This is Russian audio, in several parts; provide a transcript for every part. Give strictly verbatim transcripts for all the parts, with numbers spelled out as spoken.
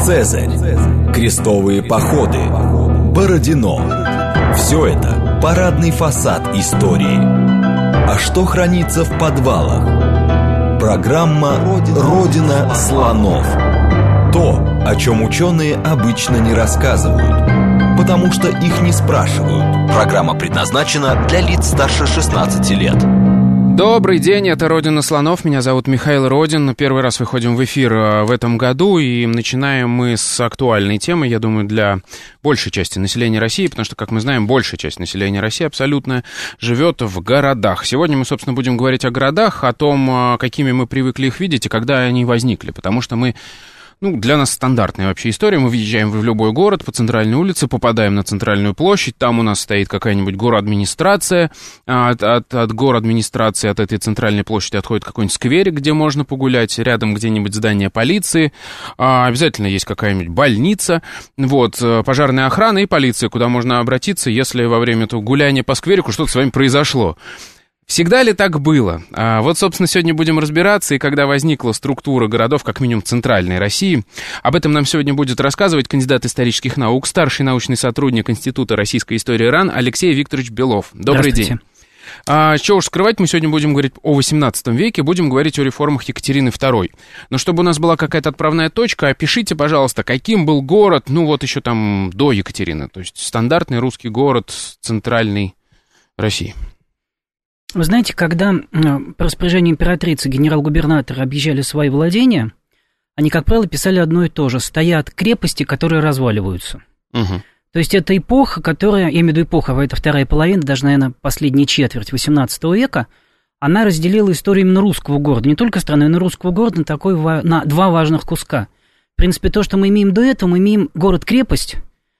Цезарь, крестовые походы, Бородино. Все это парадный фасад истории. А что хранится в подвалах? Программа «Родина слонов». То, о чем ученые обычно не рассказывают, потому что их не спрашивают. Программа предназначена для лиц старше шестнадцати лет. Добрый день, это «Родина слонов», меня зовут Михаил Родин. Первый раз выходим в эфир в этом году, и начинаем мы с актуальной темы, я думаю, для большей части населения России, потому что, как мы знаем, большая часть населения России абсолютно живет в городах. Сегодня мы, собственно, будем говорить о городах, о том, какими мы привыкли их видеть и когда они возникли, потому что мы... Ну, для нас стандартная вообще история. Мы въезжаем в любой город по центральной улице, попадаем на центральную площадь, там у нас стоит какая-нибудь город-администрация, от, от, от город-администрации, от этой центральной площади отходит какой-нибудь скверик, где можно погулять, рядом где-нибудь здание полиции, обязательно есть какая-нибудь больница, вот, пожарная охрана и полиция, куда можно обратиться, если во время этого гуляния по скверику что-то с вами произошло. Всегда ли так было? А вот, собственно, сегодня будем разбираться, и когда возникла структура городов, как минимум, центральной России. Об этом нам сегодня будет рассказывать кандидат исторических наук, старший научный сотрудник Института российской истории РАН Алексей Викторович Белов. Добрый день. А, что уж скрывать, мы сегодня будем говорить о восемнадцатом веке, будем говорить о реформах Екатерины второй. Но чтобы у нас была какая-то отправная точка, опишите, пожалуйста, каким был город, ну вот еще там до Екатерины, то есть стандартный русский город центральной России. Вы знаете, когда по распоряжению императрицы генерал-губернаторы объезжали свои владения, они, как правило, писали одно и то же. Стоят крепости, которые разваливаются. Угу. То есть это эпоха, которая, я имею в виду эпоха, это вторая половина, даже, наверное, последняя четверть восемнадцатого века, она разделила историю именно русского города. Не только страны, но и русского города на, такой, на два важных куска. В принципе, то, что мы имеем до этого, мы имеем город-крепость.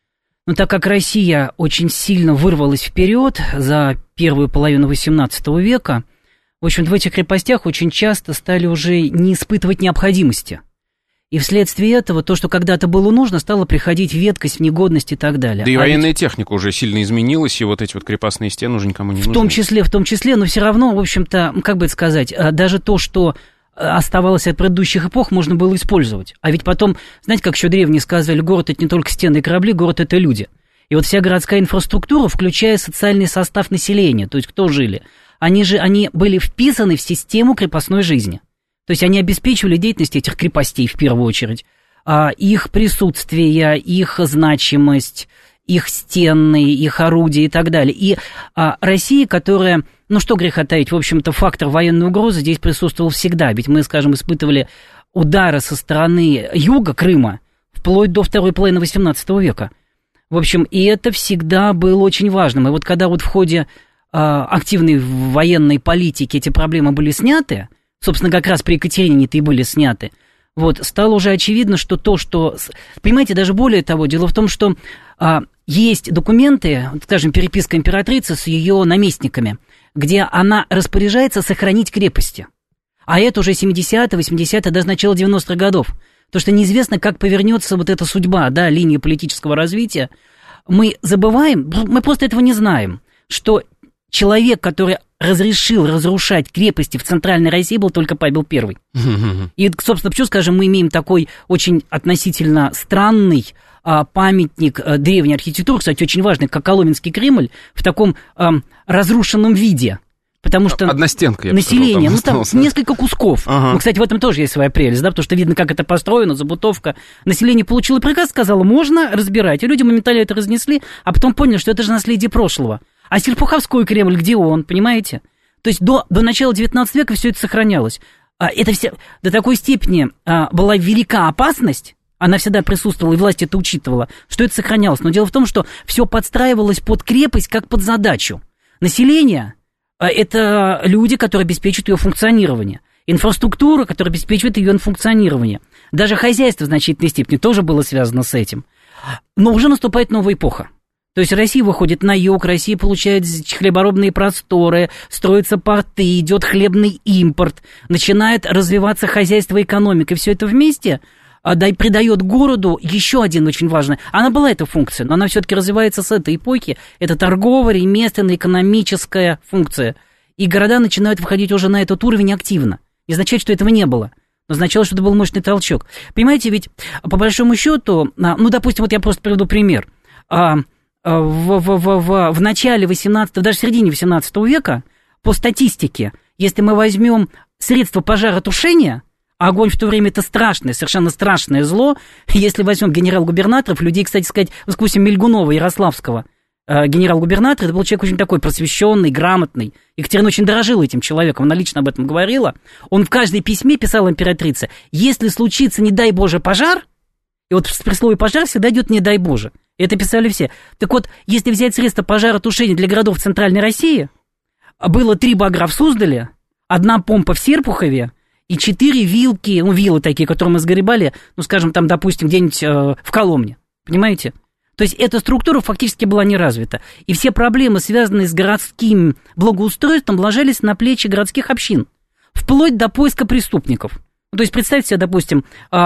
Но так как Россия очень сильно вырвалась вперед за первую половину восемнадцатого века, в общем-то, в этих крепостях очень часто стали уже не испытывать необходимости. И вследствие этого то, что когда-то было нужно, стало приходить в веткость, в негодность и так далее. Да и а военная ведь... техника уже сильно изменилась, и вот эти вот крепостные стены уже никому не нужны. В том числе, в том числе, но все равно, в общем-то, как бы это сказать, даже то, что оставалось от предыдущих эпох, можно было использовать. А ведь потом, знаете, как еще древние сказали, город — это не только стены и корабли, город — это люди. И вот вся городская инфраструктура, включая социальный состав населения, то есть кто жили, они же они были вписаны в систему крепостной жизни. То есть они обеспечивали деятельность этих крепостей в первую очередь, их присутствие, их значимость, их стены, их орудия и так далее. И Россия, которая... Ну, что греха таить, в общем-то, фактор военной угрозы здесь присутствовал всегда. Ведь мы, скажем, испытывали удары со стороны юга Крыма вплоть до второй половины восемнадцатого века. В общем, и это всегда было очень важным. И вот когда вот в ходе э, активной военной политики эти проблемы были сняты, собственно, как раз при Екатерине-то и были сняты, вот, стало уже очевидно, что то, что... Понимаете, даже более того, дело в том, что э, есть документы, скажем, переписка императрицы с ее наместниками, где она распоряжается сохранить крепости. А это уже семидесятые, восьмидесятые, даже начало девяностых годов. Потому что неизвестно, как повернется вот эта судьба, да, линия политического развития. Мы забываем, мы просто этого не знаем, что человек, который разрешил разрушать крепости в Центральной России, был только Павел Первый. И, собственно, почему, скажем, мы имеем такой очень относительно странный а, памятник а, древней архитектуры, кстати, очень важный, как Коломенский Кремль, в таком а, разрушенном виде. Потому что одностенка, я население, бы сказал, там ну там несколько кусков. Ага. Ну, кстати, в этом тоже есть своя прелесть, да, потому что видно, как это построено, забутовка. Население получило приказ, сказало, можно разбирать. И люди моментально это разнесли, а потом поняли, что это же наследие прошлого. А Серпуховской Кремль, где он, понимаете? То есть до, до начала девятнадцатого века все это сохранялось. А, это все, до такой степени а, была велика опасность, она всегда присутствовала, и власть это учитывала, что это сохранялось. Но дело в том, что все подстраивалось под крепость, как под задачу. Население... Это люди, которые обеспечивают ее функционирование. Инфраструктура, которая обеспечивает ее функционирование. Даже хозяйство в значительной степени тоже было связано с этим. Но уже наступает новая эпоха. То есть Россия выходит на юг, Россия получает хлеборобные просторы, строятся порты, идет хлебный импорт, начинает развиваться хозяйство и экономика. И все это вместе придает городу еще один очень важный. Она была эта функция, но она все-таки развивается с этой эпохи. Это торговая, ремесленная, экономическая функция. И города начинают выходить уже на этот уровень активно. Не означает, что этого не было. означало, что это был мощный толчок. Понимаете, ведь по большому счету, ну, допустим, вот я просто приведу пример. В, в, в, в, в начале восемнадцатого, даже в середине восемнадцатого века, по статистике, если мы возьмем средства пожаротушения, а огонь в то время это страшное, совершенно страшное зло, если возьмем генерал-губернаторов, людей, кстати сказать, допустим, Мельгунова, Ярославского, генерал-губернатор, это был человек очень такой просвещенный, грамотный. Екатерина очень дорожила этим человеком, она лично об этом говорила. Он в каждой письме писал императрице: если случится, не дай Боже, пожар, и вот при слове пожар всегда идет не дай Боже. И это писали все. Так вот, если взять средства пожаротушения для городов Центральной России, было три багра в Суздале, одна помпа в Серпухове и четыре вилки, ну, вилы такие, которые мы сгребали, ну, скажем, там, допустим, где-нибудь э, в Коломне. Понимаете? То есть эта структура фактически была не развита. И все проблемы, связанные с городским благоустройством, ложились на плечи городских общин, вплоть до поиска преступников. То есть представьте себе, допустим,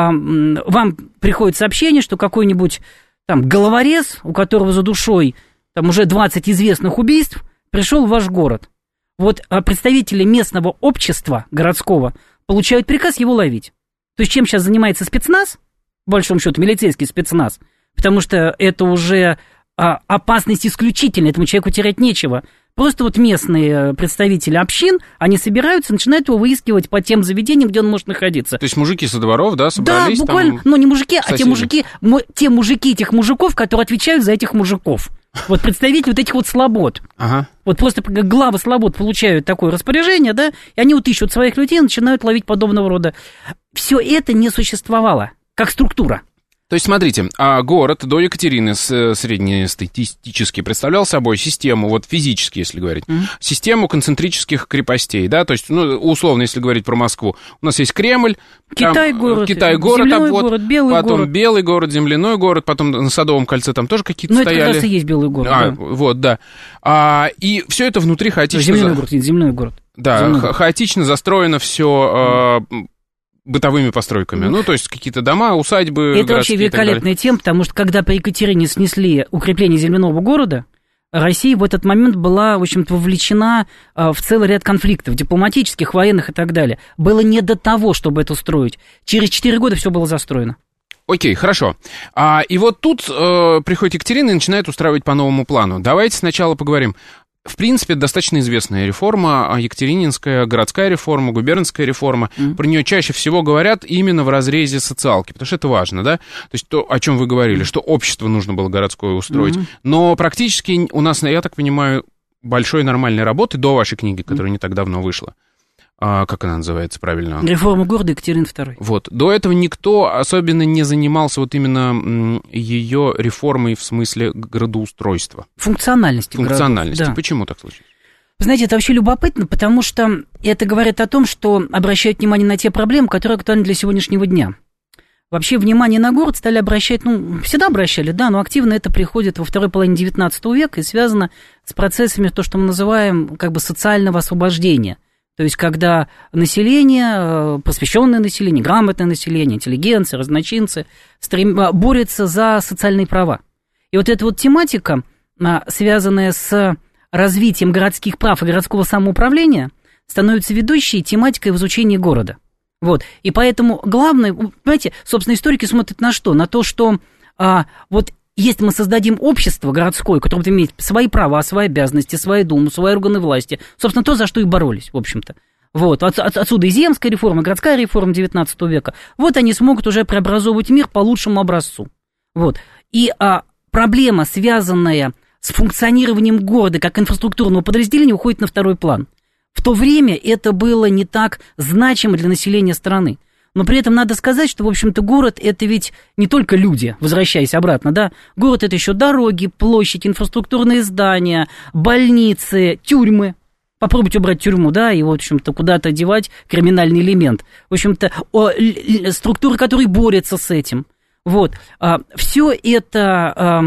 вам приходит сообщение, что какой-нибудь там головорез, у которого за душой там уже двадцать известных убийств, пришел в ваш город. Вот представители местного общества городского получают приказ его ловить. То есть чем сейчас занимается спецназ, по большому счету милицейский спецназ, потому что это уже а, опасность исключительная, этому человеку терять нечего. Просто вот местные представители общин, они собираются, начинают его выискивать по тем заведениям, где он может находиться. То есть мужики со дворов, да, собрались? Да, буквально, там... ну не мужики, соседи. а те мужики, те мужики этих мужиков, которые отвечают за этих мужиков. Вот представители вот этих вот слобод. Ага. Вот просто главы слобод получают такое распоряжение, да, и они вот ищут своих людей и начинают ловить подобного рода. Все это не существовало как структура. То есть, смотрите, а город до Екатерины среднестатистически представлял собой систему, вот физически, если говорить, mm-hmm. систему концентрических крепостей, да, то есть, ну, условно, если говорить про Москву, у нас есть Кремль, Китай-город, Китай-город, земляной обвод, город, белый потом город. белый город, земляной город, потом на Садовом кольце там тоже какие-то ну, стояли. Ну, это как раз и есть белый город. А, да. вот, да. А, и все это внутри хаотично... Земляной за... город, нет, земляной город. Да, земляной ха- город. хаотично застроено все... Mm-hmm. бытовыми постройками, ну, то есть какие-то дома, усадьбы. Это вообще великолепная тема, потому что когда при Екатерине снесли укрепление земляного города, Россия в этот момент была, в общем-то, вовлечена в целый ряд конфликтов, дипломатических, военных и так далее. Было не до того, чтобы это строить. Через четыре года все было застроено. Окей, хорошо. А, и вот тут э, приходит Екатерина и начинает устраивать по новому плану. Давайте сначала поговорим. В принципе, достаточно известная реформа, екатерининская городская реформа, губернская реформа. Mm-hmm. Про нее чаще всего говорят именно в разрезе социалки, потому что это важно, да? То есть то, о чем вы говорили, mm-hmm. что общество нужно было городское устроить. Mm-hmm. Но практически у нас, я так понимаю, большой нормальной работы до вашей книги, которая mm-hmm. не так давно вышла. А, как она называется правильно? Реформа города Екатерины второй. Вот. До этого никто особенно не занимался вот именно м, ее реформой в смысле градоустройства. Функциональности. Функциональности. Да. Почему так случилось? Вы знаете, это вообще любопытно, потому что это говорит о том, что обращают внимание на те проблемы, которые актуальны для сегодняшнего дня. Вообще внимание на город стали обращать, ну, всегда обращали, да, но активно это приходит во второй половине девятнадцатого века и связано с процессами, то, что мы называем как бы социального освобождения. То есть, когда население, просвещенное население, грамотное население, интеллигенция, разночинцы стрем... борются за социальные права. И вот эта вот тематика, связанная с развитием городских прав и городского самоуправления, становится ведущей тематикой в изучении города. Вот. И поэтому главное, понимаете, собственно, историки смотрят на что? На то, что а, вот если мы создадим общество городское, которое будет иметь свои права, свои обязанности, свои думы, свои органы власти, собственно, то, за что и боролись, в общем-то. Вот. От, от, отсюда и земская реформа, и городская реформа девятнадцатого века. Вот они смогут уже преобразовывать мир по лучшему образцу. Вот. И а, проблема, связанная с функционированием города как инфраструктурного подразделения, уходит на второй план. В то время это было не так значимо для населения страны. Но при этом надо сказать, что, в общем-то, город – это ведь не только люди, возвращаясь обратно, да, город – это еще дороги, площадь, инфраструктурные здания, больницы, тюрьмы. Попробуйте убрать тюрьму, да, и, в общем-то, куда-то девать криминальный элемент. В общем-то, о, структуры, которые борются с этим. Вот. Все это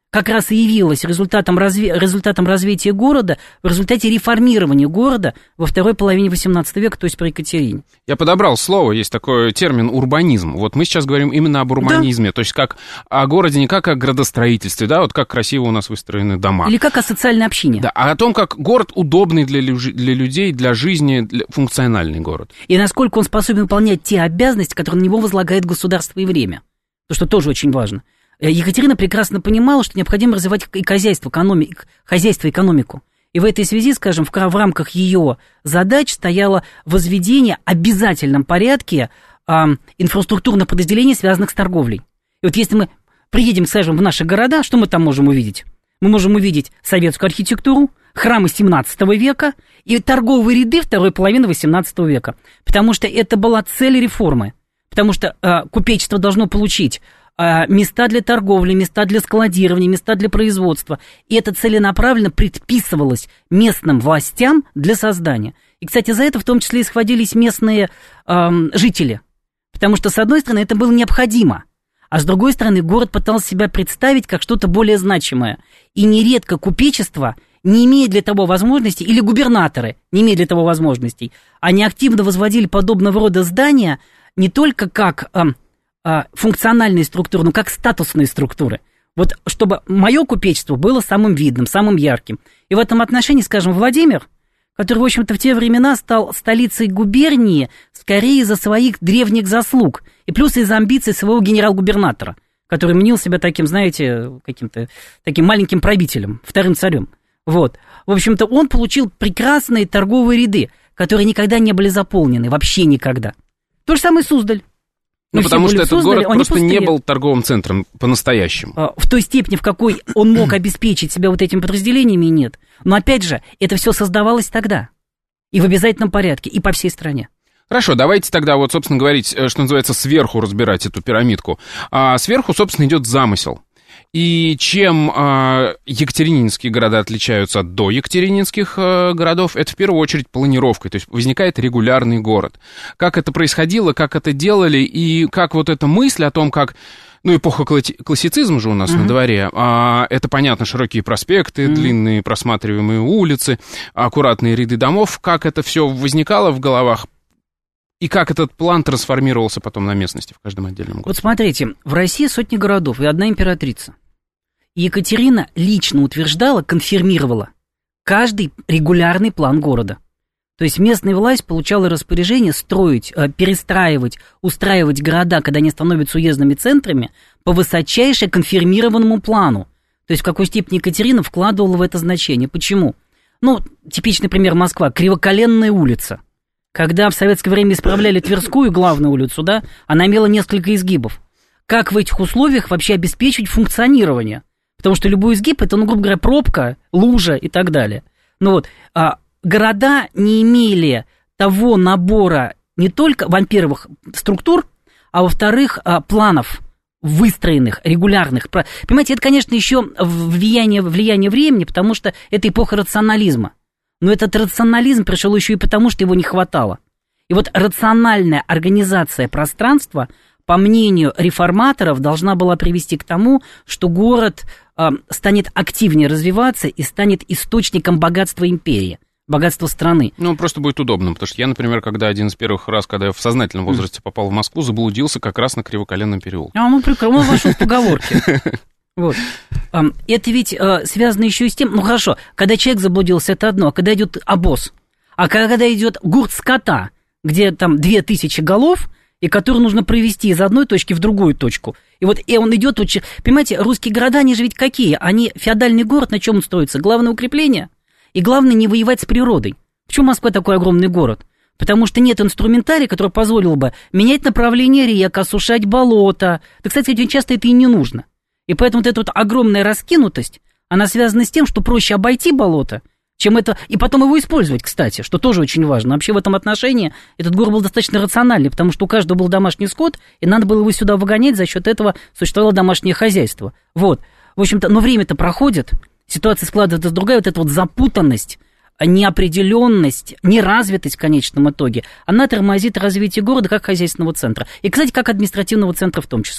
как раз и явилось результатом, разве... результатом развития города в результате реформирования города во второй половине восемнадцатого века, то есть при Екатерине. Я подобрал слово, есть такой термин урбанизм. Вот мы сейчас говорим именно об урбанизме, да. То есть как о городе, не как о градостроительстве, да, вот как красиво у нас выстроены дома. Или как о социальной общине. Да, а о том, как город удобный для, для людей, для жизни, для... функциональный город. И насколько он способен выполнять те обязанности, которые на него возлагает государство и время. То, что тоже очень важно. Екатерина прекрасно понимала, что необходимо развивать и хозяйство, экономи... хозяйство и экономику. И в этой связи, скажем, в, в рамках ее задач стояло возведение в обязательном порядке э, инфраструктурных подразделений, связанных с торговлей. И вот если мы приедем, скажем, в наши города, что мы там можем увидеть? Мы можем увидеть советскую архитектуру, храмы семнадцатого века и торговые ряды второй половины восемнадцатого века. Потому что это была цель реформы. Потому что э, купечество должно получить места для торговли, места для складирования, места для производства. И это целенаправленно предписывалось местным властям для создания. И, кстати, за это в том числе и схватились местные эм, жители. Потому что, с одной стороны, это было необходимо, а с другой стороны, город пытался себя представить как что-то более значимое. И нередко купечество не имеет для того возможностей, или губернаторы не имеют для того возможностей, они активно возводили подобного рода здания не только как... Эм, функциональные структуры, но как статусные структуры. Вот чтобы мое купечество было самым видным, самым ярким. И в этом отношении, скажем, Владимир, который, в общем-то, в те времена стал столицей губернии скорее из-за своих древних заслуг и плюс из-за амбиций своего генерал-губернатора, который мнил себя таким, знаете, каким-то таким маленьким правителем, вторым царем. Вот. В общем-то, он получил прекрасные торговые ряды, которые никогда не были заполнены, вообще никогда. То же самое Суздаль. Ну, потому что этот создали, город просто пустые. Не был торговым центром по-настоящему. В той степени, в какой он мог обеспечить себя вот этими подразделениями, нет. Но, опять же, это все создавалось тогда. И в обязательном порядке, и по всей стране. Хорошо, давайте тогда вот, собственно, говорить, что называется, сверху разбирать эту пирамидку. А сверху, собственно, идет замысел. И чем э, екатерининские города отличаются от доекатерининских э, городов, это в первую очередь планировкой, то есть возникает регулярный город. Как это происходило, как это делали, и как вот эта мысль о том, как... Ну, эпоха классицизма же у нас uh-huh. на дворе. А, это, понятно, широкие проспекты, uh-huh. длинные просматриваемые улицы, аккуратные ряды домов. Как это все возникало в головах? И как этот план трансформировался потом на местности в каждом отдельном городе? Вот смотрите, в России сотни городов и одна императрица. И Екатерина лично утверждала, конфирмировала каждый регулярный план города. То есть местная власть получала распоряжение строить, перестраивать, устраивать города, когда они становятся уездными центрами, по высочайше конфирмированному плану. То есть в какой степени Екатерина вкладывала в это значение. Почему? Ну, типичный пример Москва, Кривоколенная улица. Когда в советское время исправляли Тверскую, главную улицу, да, она имела несколько изгибов. Как в этих условиях вообще обеспечить функционирование? Потому что любой изгиб – это, ну, грубо говоря, пробка, лужа и так далее. Ну вот, а, города не имели того набора не только, во-первых, структур, а во-вторых, а, планов выстроенных, регулярных. Понимаете, это, конечно, еще влияние, влияние времени, потому что это эпоха рационализма. Но этот рационализм пришел еще и потому, что его не хватало. И вот рациональная организация пространства, по мнению реформаторов, должна была привести к тому, что город э, станет активнее развиваться и станет источником богатства империи, богатства страны. Ну, просто будет удобно, потому что я, например, когда один из первых раз, когда я в сознательном возрасте попал в Москву, заблудился как раз на Кривоколенном переулке. А, ну, прекрасно, он вошел в поговорки. Вот. Это ведь э, связано еще и с тем, ну хорошо, когда человек заблудился, это одно, а когда идет обоз, а когда идет гурт скота, где там две тысячи голов, и который нужно провести из одной точки в другую точку. И вот и он идет, понимаете, русские города, они же ведь какие? Они, феодальный город, на чем он строится? Главное укрепление, и главное не воевать с природой. Почему Москва такой огромный город? Потому что нет инструментария, который позволил бы менять направление рек, осушать болота. Да, кстати, очень часто это и не нужно. И поэтому вот эта вот огромная раскинутость, она связана с тем, что проще обойти болото, чем это... И потом его использовать, кстати, что тоже очень важно. Вообще в этом отношении этот город был достаточно рациональный, потому что у каждого был домашний скот, и надо было его сюда выгонять, за счет этого существовало домашнее хозяйство. Вот. В общем-то, но время-то проходит, ситуация складывается другая, вот эта вот запутанность, неопределенность, неразвитость в конечном итоге, она тормозит развитие города как хозяйственного центра. И, кстати, как административного центра в том числе.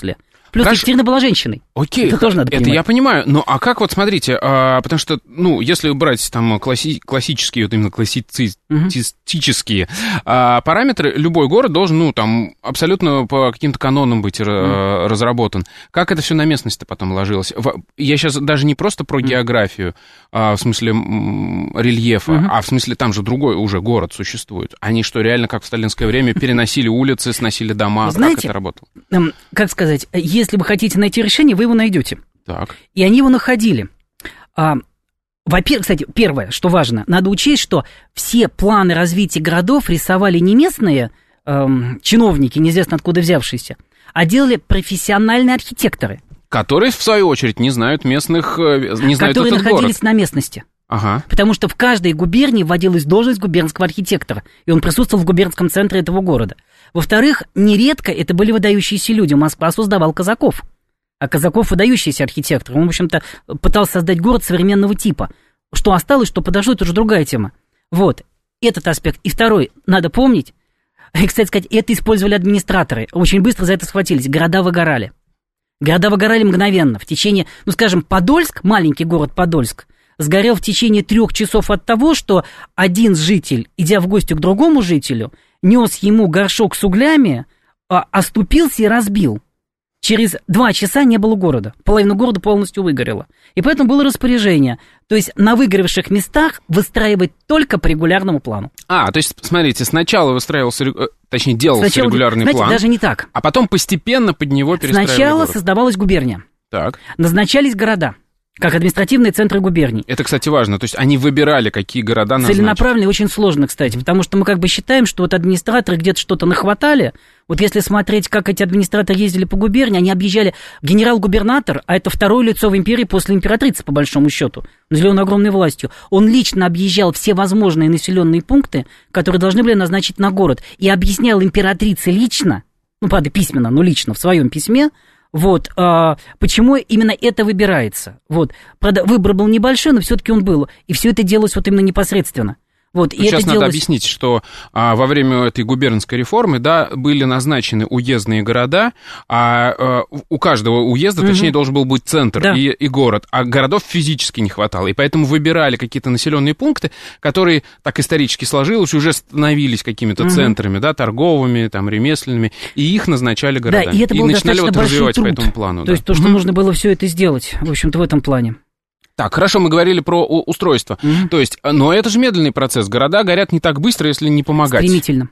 Плюс Хорошо. Екатерина была женщиной. Окей, это тоже надо это понимать. я понимаю. Ну, а как вот, смотрите, а, потому что, ну, если брать там класси- классические, вот именно классицистические угу. а, параметры, любой город должен, ну, там, абсолютно по каким-то канонам быть угу. р- разработан. Как это все на местности потом ложилось? Я сейчас даже не просто про угу. географию, а, в смысле м- рельефа, угу. а в смысле там же другой уже город существует. Они что, реально, как в сталинское время, переносили улицы, сносили дома? Знаете, как это работало? Как сказать, если вы хотите найти решение, вы его найдете. Так. И они его находили. А, во-первых, кстати, первое, что важно, надо учесть, что все планы развития городов рисовали не местные эм, чиновники, неизвестно откуда взявшиеся, а делали профессиональные архитекторы. Которые, в свою очередь, не знают местных, не знают Которые этот находились город. на местности. Ага. Потому что в каждой губернии вводилась должность губернского архитектора, и он присутствовал в губернском центре этого города. Во-вторых, нередко это были выдающиеся люди. Москва создавал казаков. А Казаков выдающийся архитектор. Он, в общем-то, пытался создать город современного типа. Что осталось, что подошло, это уже другая тема. Вот, этот аспект. И второй, надо помнить, и, кстати сказать, это использовали администраторы. Очень быстро за это схватились. Города выгорали. Города выгорали мгновенно. В течение, ну, скажем, Подольск, маленький город Подольск, сгорел в течение трех часов от того, что один житель, идя в гости к другому жителю, нес ему горшок с углями, оступился и разбил. Через два часа не было города. Половина города полностью выгорела. И поэтому было распоряжение. То есть на выгоревших местах выстраивать только по регулярному плану. А, то есть, смотрите, сначала выстраивался, точнее, делался сначала, регулярный знаете, план. даже не так. А потом постепенно под него перестраивали Сначала город. создавалась губерния. Так. Назначались города, как административные центры губерний. Это, кстати, важно. То есть они выбирали, какие города назначить. Целенаправленно и очень сложно, кстати, потому что мы как бы считаем, что вот администраторы где-то что-то нахватали. Вот если смотреть, как эти администраторы ездили по губернии, они объезжали генерал-губернатор, а это второе лицо в империи после императрицы, по большому счету, наделен огромной властью. Он лично объезжал все возможные населенные пункты, которые должны были назначить на город, и объяснял императрице лично, ну, правда, письменно, но лично в своем письме, вот, а, почему именно это выбирается. Вот, правда, выбор был небольшой, но все-таки он был, и все это делалось вот именно непосредственно. Вот, ну, и сейчас это надо делалось... объяснить, что а, во время этой губернской реформы, да, были назначены уездные города, а, а у каждого уезда, угу. точнее, должен был быть центр да. и, и город, а городов физически не хватало, и поэтому выбирали какие-то населенные пункты, которые, так исторически сложилось, уже становились какими-то угу. центрами, да, торговыми, там, ремесленными, и их назначали городами. Да, и это был и начинали вот развивать труд. по этому плану. То да. есть то, что угу. нужно было все это сделать, в общем-то, в этом плане. Так, хорошо, мы говорили про устройство. Mm-hmm. То есть, но это же медленный процесс. Города горят не так быстро, если не помогать. Стремительно.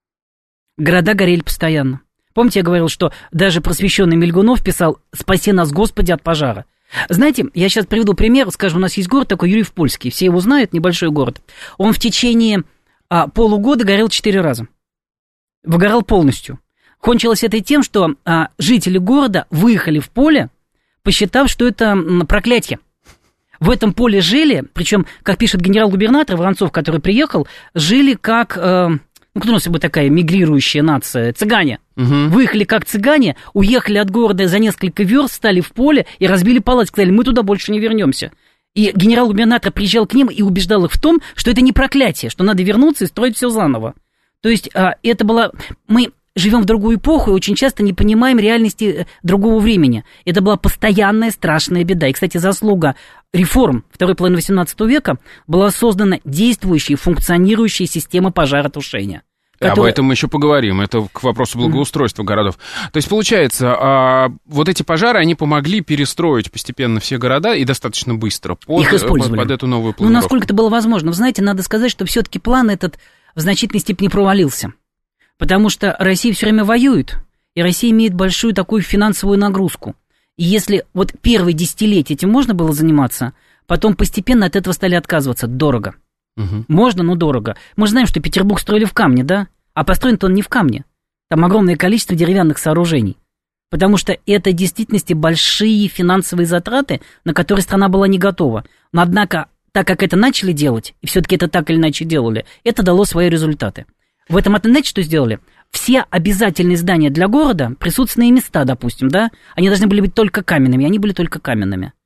Города горели постоянно. Помните, я говорил, что даже просвещенный Мельгунов писал «Спаси нас, Господи, от пожара». Знаете, я сейчас приведу пример. Скажем, у нас есть город такой, Юрьев-Польский. Все его знают, небольшой город. Он в течение а, полугода горел четыре раза. Выгорал полностью. Кончилось это тем, что а, жители города выехали в поле, посчитав, что это м, проклятие. В этом поле жили, причем, как пишет генерал-губернатор Воронцов, который приехал, жили как, э, ну, кто у нас такая мигрирующая нация, цыгане. Угу. Выехали как цыгане, уехали от города за несколько верст, стали в поле и разбили палатки, сказали, мы туда больше не вернемся. И генерал-губернатор приезжал к ним и убеждал их в том, что это не проклятие, что надо вернуться и строить все заново. То есть э, это было... Мы... живем в другую эпоху и очень часто не понимаем реальности другого времени. Это была постоянная страшная беда. И, кстати, заслуга реформ второй половины восемнадцатого века была создана действующая, функционирующая система пожаротушения. Которая... Об этом мы еще поговорим. Это к вопросу благоустройства mm-hmm. городов. То есть, получается, а, вот эти пожары, они помогли перестроить постепенно все города и достаточно быстро под, Их использовали. под, под эту новую планировку. Ну, насколько это было возможно. Вы знаете, надо сказать, что все-таки план этот в значительной степени провалился. Потому что Россия все время воюет, и Россия имеет большую такую финансовую нагрузку. И если вот первые десятилетия этим можно было заниматься, потом постепенно от этого стали отказываться. Дорого. Угу. Можно, но дорого. Мы же знаем, что Петербург строили в камне, да? А построен-то он не в камне. Там огромное количество деревянных сооружений. Потому что это в действительности большие финансовые затраты, на которые страна была не готова. Но однако, так как это начали делать, и все-таки это так или иначе делали, это дало свои результаты. В этом знаете, что сделали? Все обязательные здания для города, присутственные места, допустим, да, они должны были быть только каменными, они были только каменными.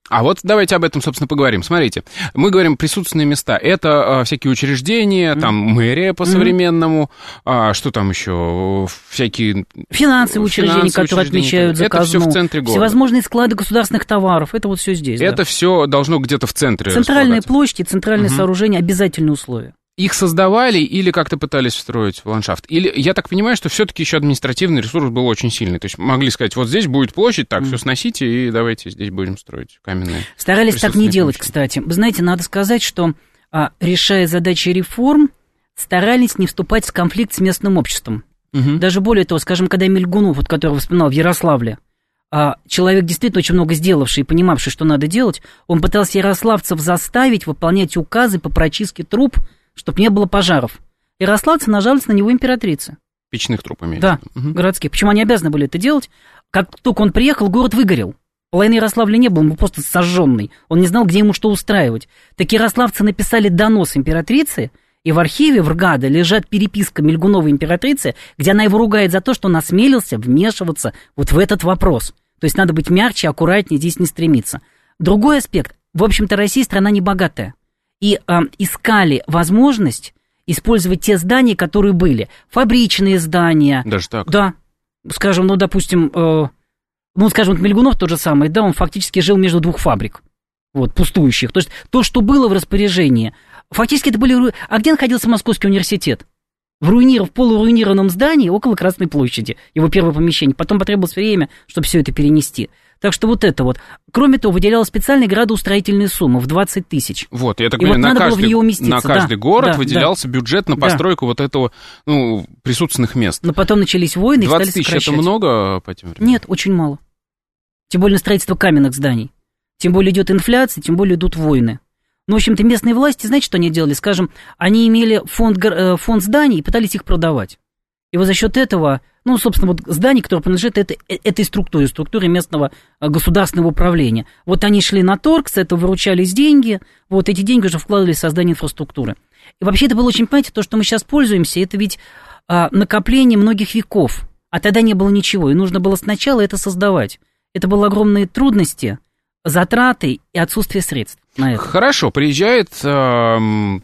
А вот давайте об этом, собственно, поговорим. Смотрите, мы говорим присутственные места. Это а, всякие учреждения, mm-hmm. там мэрия по-современному, mm-hmm. а, что там еще, всякие... Финансовые учреждения, финансовые которые учреждения, отмечают за казну. Это все в центре города. Всевозможные склады государственных товаров, это вот все здесь. Это да. все должно где-то в центре Центральные площади, центральные mm-hmm. сооружения, обязательные условия. Их создавали или как-то пытались встроить в ландшафт? Или, я так понимаю, что все-таки еще административный ресурс был очень сильный. То есть могли сказать, вот здесь будет площадь, так, mm. все сносите, и давайте здесь будем строить каменные. Старались так не делать, площади. Кстати. Вы знаете, надо сказать, что, а, решая задачи реформ, старались не вступать в конфликт с местным обществом. Mm-hmm. Даже более того, скажем, когда Мельгунов, вот, которого вспоминал в Ярославле, а, человек, действительно очень много сделавший и понимавший, что надо делать, он пытался ярославцев заставить выполнять указы по прочистке труб, чтобы не было пожаров. Ярославцы нажаловались на него императрицы. Печных труб имеется. Да, угу. городские. Почему они обязаны были это делать? Как только он приехал, город выгорел. Половины Ярославля не было, он был просто сожженный. Он не знал, где ему что устраивать. Так ярославцы написали донос императрице, и в архиве в РГАДе лежит переписка Мельгуновой императрицы, где она его ругает за то, что он осмелился вмешиваться вот в этот вопрос. То есть надо быть мягче, аккуратнее, здесь не стремиться. Другой аспект. В общем-то, Россия страна небогатая. И э, искали возможность использовать те здания, которые были. Фабричные здания. Даже так? Да. Скажем, ну, допустим, э, ну, скажем, вот Мельгунов тот же самый, да, он фактически жил между двух фабрик, вот, пустующих. То есть то, что было в распоряжении, фактически это были... А где находился Московский университет? В руиниров, в полуруинированном здании около Красной площади, его первое помещение. Потом потребовалось время, чтобы все это перенести. Так что вот это вот. Кроме того, выделялась специальная градоустроительная сумма в двадцать тысяч. Вот, я так и понимаю, вот на, надо каждый, было в нее уместиться. на каждый да, город да, выделялся да. бюджет на постройку да. вот этого, ну, присутственных мест. Но потом начались войны и стали двадцать тысяч сокращать. Это много по тем временам? Нет, очень мало. Тем более на строительство каменных зданий. Тем более идет инфляция, тем более идут войны. Ну, в общем-то, местные власти, знаете, что они делали? Скажем, они имели фонд, фонд зданий и пытались их продавать. И вот за счет этого, ну, собственно, вот здание, которое принадлежит этой, этой структуре, структуре местного государственного управления. Вот они шли на торг, с этого выручались деньги, вот эти деньги уже вкладывались в создание инфраструктуры. И вообще это было очень, понимаете, то, что мы сейчас пользуемся, это ведь а, накопление многих веков, а тогда не было ничего, и нужно было сначала это создавать. Это были огромные трудности, затраты и отсутствие средств на это. Хорошо, приезжает э,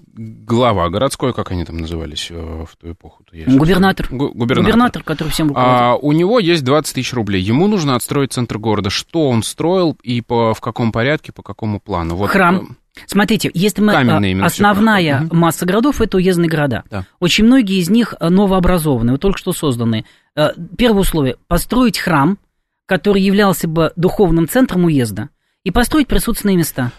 глава городской, как они там назывались э, в ту эпоху? Губернатор. Гу- губернатор. Губернатор, который всем руководит. А, у него есть двадцать тысяч рублей. Ему нужно отстроить центр города. Что он строил и по, в каком порядке, по какому плану? Вот, Храм. Смотрите, если мы... Каменные основная угу. масса городов – это уездные города. Да. Очень многие из них новообразованные, вот только что созданные. Первое условие – построить храм, который являлся бы духовным центром уезда, и построить присутственные места.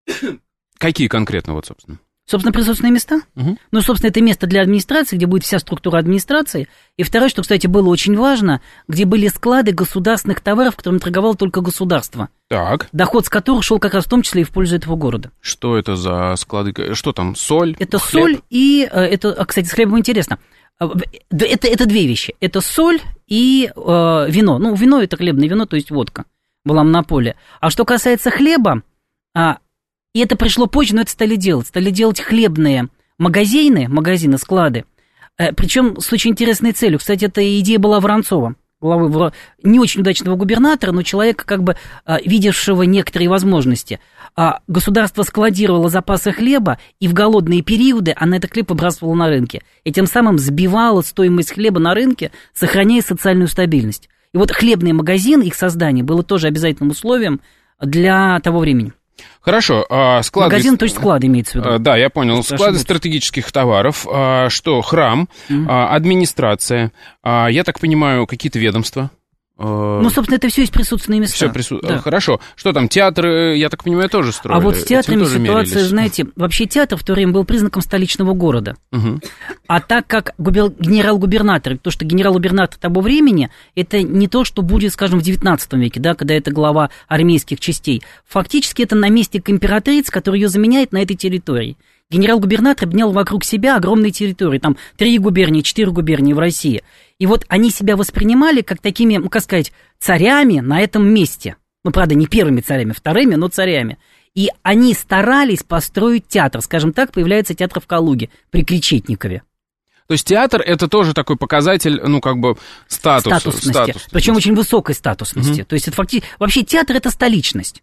Какие конкретно, вот, собственно? Собственно, присутственные места. Угу. Ну, собственно, это место для администрации, где будет вся структура администрации. И второе, что, кстати, было очень важно, где были склады государственных товаров, которыми торговало только государство. Так. Доход с которых шел как раз в том числе и в пользу этого города. Что это за склады? Что там, соль? Это хлеб? соль и... Это, кстати, с хлебом интересно. Это, это две вещи. Это соль и э, вино. Ну, вино – это хлебное вино, то есть водка. Была монополия. А что касается хлеба, а, и это пришло позже, но это стали делать. Стали делать хлебные магазины, магазины, склады. Э, причем с очень интересной целью. Кстати, эта идея была Воронцова, главы не очень удачного губернатора, но человека, как бы а, видевшего некоторые возможности. А, государство складировало запасы хлеба, и в голодные периоды она этот хлеб выбрасывала на рынке. И тем самым сбивала стоимость хлеба на рынке, сохраняя социальную стабильность. И вот хлебные магазины, их создание было тоже обязательным условием для того времени. Хорошо. А склады... Магазин, то есть склады имеется в виду. А, да, я понял. Что склады ошибаться. стратегических товаров. А, что? Храм, mm-hmm. а, администрация. А, я так понимаю, какие-то ведомства. Ну, собственно, это все есть присутственные места. Все прису... да. Хорошо. Что там, театры, я так понимаю, тоже строили? А вот с театрами ситуация, мерились. знаете, вообще театр в то время был признаком столичного города. Угу. А так как губер... генерал-губернатор, то, что генерал-губернатор того времени, это не то, что будет, скажем, в девятнадцатом веке, да, когда это глава армейских частей. Фактически это наместник императрицы, который ее заменяет на этой территории. Генерал-губернатор обнял вокруг себя огромные территории, там три губернии, четыре губернии в России. И вот они себя воспринимали как такими, ну, как сказать, царями на этом месте. Ну, правда, не первыми царями, вторыми, но царями. И они старались построить театр. Скажем так, появляется театр в Калуге при Кречетникове. То есть театр – это тоже такой показатель, ну, как бы, статуса. Статусности. статусности. Причем очень высокой статусности. Угу. То есть это фактически... Вообще театр – это столичность.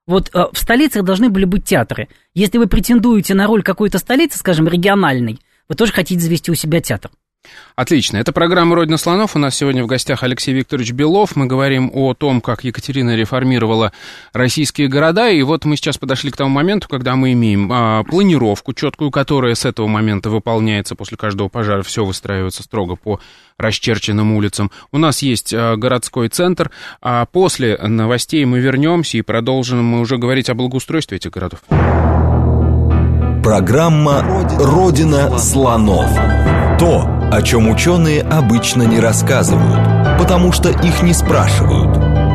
Вот э, в столицах должны были быть театры. Если вы претендуете на роль какой-то столицы, скажем, региональной, вы тоже хотите завести у себя театр. Отлично. Это программа «Родина слонов». У нас сегодня в гостях Алексей Викторович Белов. Мы говорим о том, как Екатерина реформировала российские города. И вот мы сейчас подошли к тому моменту, когда мы имеем а, планировку четкую, которая с этого момента выполняется. После каждого пожара все выстраивается строго по расчерченным улицам. У нас есть а, городской центр. А после новостей мы вернемся и продолжим мы уже говорить о благоустройстве этих городов. Программа «Родина слонов». То, о чем ученые обычно не рассказывают, потому что их не спрашивают.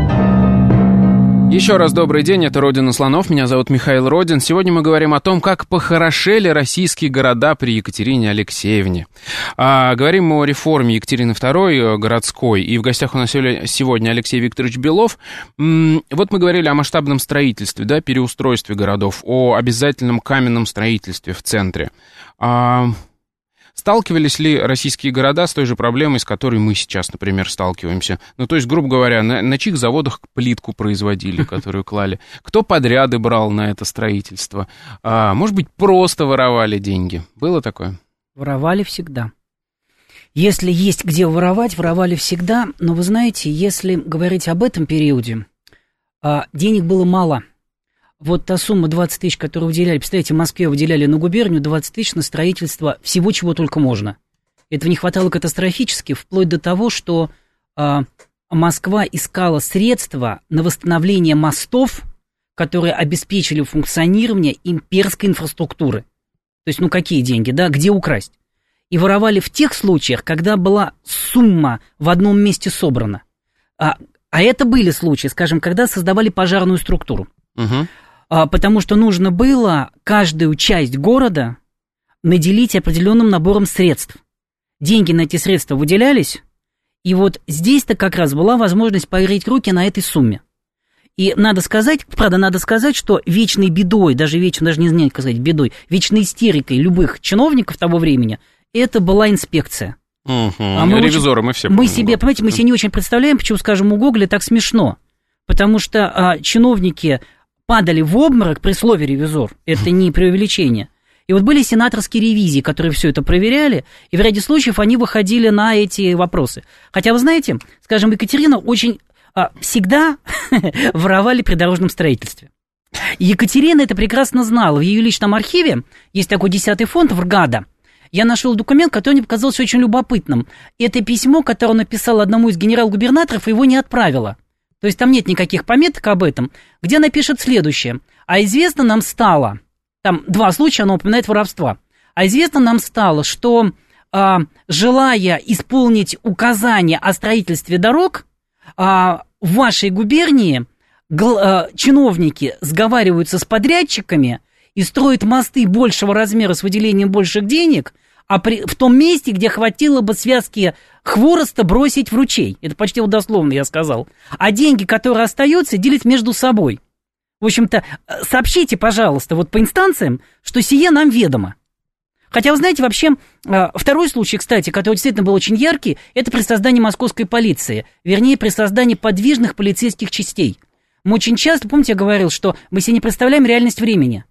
Еще раз добрый день, это «Родина слонов», меня зовут Михаил Родин. Сегодня мы говорим о том, как похорошели российские города при Екатерине Алексеевне. А, говорим о реформе Екатерины второй городской, и в гостях у нас сегодня Алексей Викторович Белов. Вот мы говорили о масштабном строительстве, да, переустройстве городов, о обязательном каменном строительстве в центре. А... Сталкивались ли российские города с той же проблемой, с которой мы сейчас, например, сталкиваемся? Ну, то есть, грубо говоря, на, на чьих заводах плитку производили, которую клали? Кто подряды брал на это строительство? А, может быть, просто воровали деньги? Было такое? Воровали всегда. Если есть где воровать, воровали всегда. Но вы знаете, если говорить об этом периоде, денег было мало. Вот та сумма двадцать тысяч, которую выделяли, представляете, в Москве выделяли на губернию двадцать тысяч на строительство всего, чего только можно. Этого не хватало катастрофически, вплоть до того, что э, Москва искала средства на восстановление мостов, которые обеспечили функционирование имперской инфраструктуры. То есть, ну какие деньги, да, где украсть? И воровали в тех случаях, когда была сумма в одном месте собрана. А, а это были случаи, скажем, когда создавали пожарную структуру. Угу. Потому что нужно было каждую часть города наделить определенным набором средств. Деньги на эти средства выделялись, и вот здесь-то как раз была возможность погреть руки на этой сумме. И надо сказать, правда, надо сказать, что вечной бедой, даже вечной, даже не знаю, как сказать, бедой, вечной истерикой любых чиновников того времени, это была инспекция. Угу. А мы Ревизоры очень, мы все Мы себе, понимаете, мы себе не очень представляем, почему, скажем, у Гоголя так смешно. Потому что а, чиновники падали в обморок при слове «ревизор». Это не преувеличение. И вот были сенаторские ревизии, которые все это проверяли, и в ряде случаев они выходили на эти вопросы. Хотя, вы знаете, скажем, Екатерина очень а, всегда воровали при дорожном строительстве. И Екатерина это прекрасно знала. В ее личном архиве есть такой десятый фонд ВРГАДа. Я нашел документ, который мне показался очень любопытным. Это письмо, которое он написал одному из генерал-губернаторов, и его не отправила. То есть там нет никаких пометок об этом, где она пишет следующее. А известно нам стало, там два случая она упоминает воровства, а известно нам стало, что а, желая исполнить указания о строительстве дорог, а, в вашей губернии гл, а, чиновники сговариваются с подрядчиками и строят мосты большего размера с выделением больших денег, а при, в том месте, где хватило бы связки хвороста бросить в ручей. Это почти вот дословно я сказал. А деньги, которые остаются, делить между собой. В общем-то, сообщите, пожалуйста, вот по инстанциям, что сие нам ведомо. Хотя, вы знаете, вообще, второй случай, кстати, который действительно был очень яркий, это при создании московской полиции. Вернее, при создании подвижных полицейских частей. Мы очень часто, помните, я говорил, что мы себе не представляем реальность времени.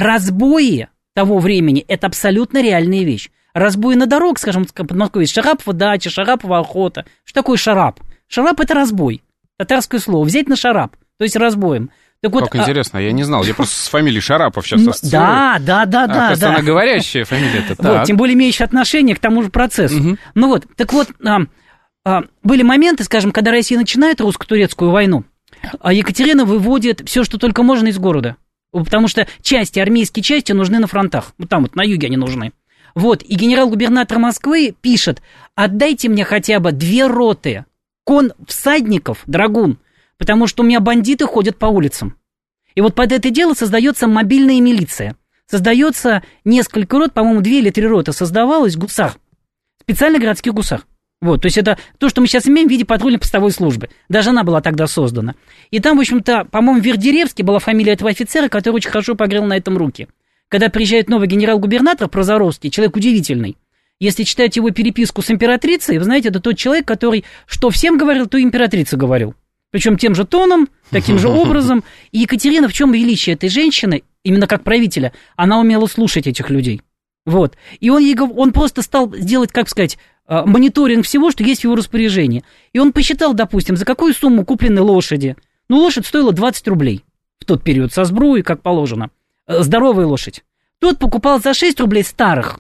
Разбои того времени – это абсолютно реальная вещь. Разбои на дорогах, скажем, в Подмосковье, Шарапова дача, Шарапова охота. Что такое шарап? Шарап – это разбой. Татарское слово. Взять на шарап, то есть разбоем. Так вот, как интересно, а... я не знал. Я просто с фамилией Шарапов сейчас ассоциирую. Да, да, да, а, да. Просто она говорящая фамилия-то. Вот, тем более имеющая отношение к тому же процессу. Угу. Ну вот, так вот, а, а, были моменты, скажем, когда Россия начинает русско-турецкую войну, а Екатерина выводит все, что только можно из города. Потому что части, армейские части нужны на фронтах. Вот там вот, на юге они нужны. Вот, и генерал-губернатор Москвы пишет: отдайте мне хотя бы две роты кон всадников, драгун, потому что у меня бандиты ходят по улицам. И вот под это дело создается мобильная милиция. Создается несколько рот, по-моему, две или три роты создавалось, гусар. Специально городских гусар. Вот, то есть это то, что мы сейчас имеем в виде патрульно-постовой службы. Даже она была тогда создана. И там, в общем-то, по-моему, Вердеревский была фамилия этого офицера, который очень хорошо погрел на этом руки. Когда приезжает новый генерал-губернатор Прозоровский, человек удивительный. Если читать его переписку с императрицей, вы знаете, это тот человек, который что всем говорил, то и императрице говорил. Причем тем же тоном, таким же образом. И Екатерина, в чем величие этой женщины, именно как правителя, она умела слушать этих людей. Вот. И он, ей, он просто стал делать, как сказать, мониторинг всего, что есть в его распоряжении. И он посчитал, допустим, за какую сумму куплены лошади. Ну, лошадь стоила двадцать рублей в тот период со сбруей, как положено. Здоровая лошадь. Тот покупал за шесть рублей старых.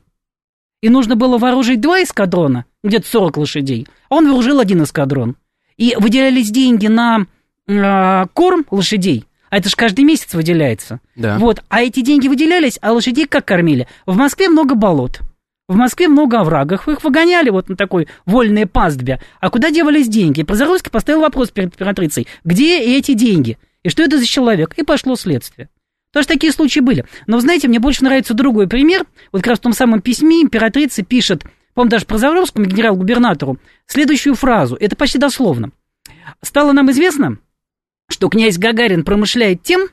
И нужно было вооружить два эскадрона, где-то сорок лошадей. А он вооружил один эскадрон. И выделялись деньги на э, корм лошадей. А это же каждый месяц выделяется. Да. Вот. А эти деньги выделялись, а лошадей как кормили? В Москве много болот. В Москве много оврагов. Их выгоняли вот на такой вольные пастбе. А куда девались деньги? Прозоровский поставил вопрос перед императрицей. Где эти деньги? И что это за человек? И пошло следствие. Тоже такие случаи были. Но, знаете, мне больше нравится другой пример. Вот как раз в том самом письме императрица пишет, по-моему, даже Прозоровскому, генерал-губернатору, следующую фразу. Это почти дословно. Стало нам известно, что князь Гагарин промышляет тем,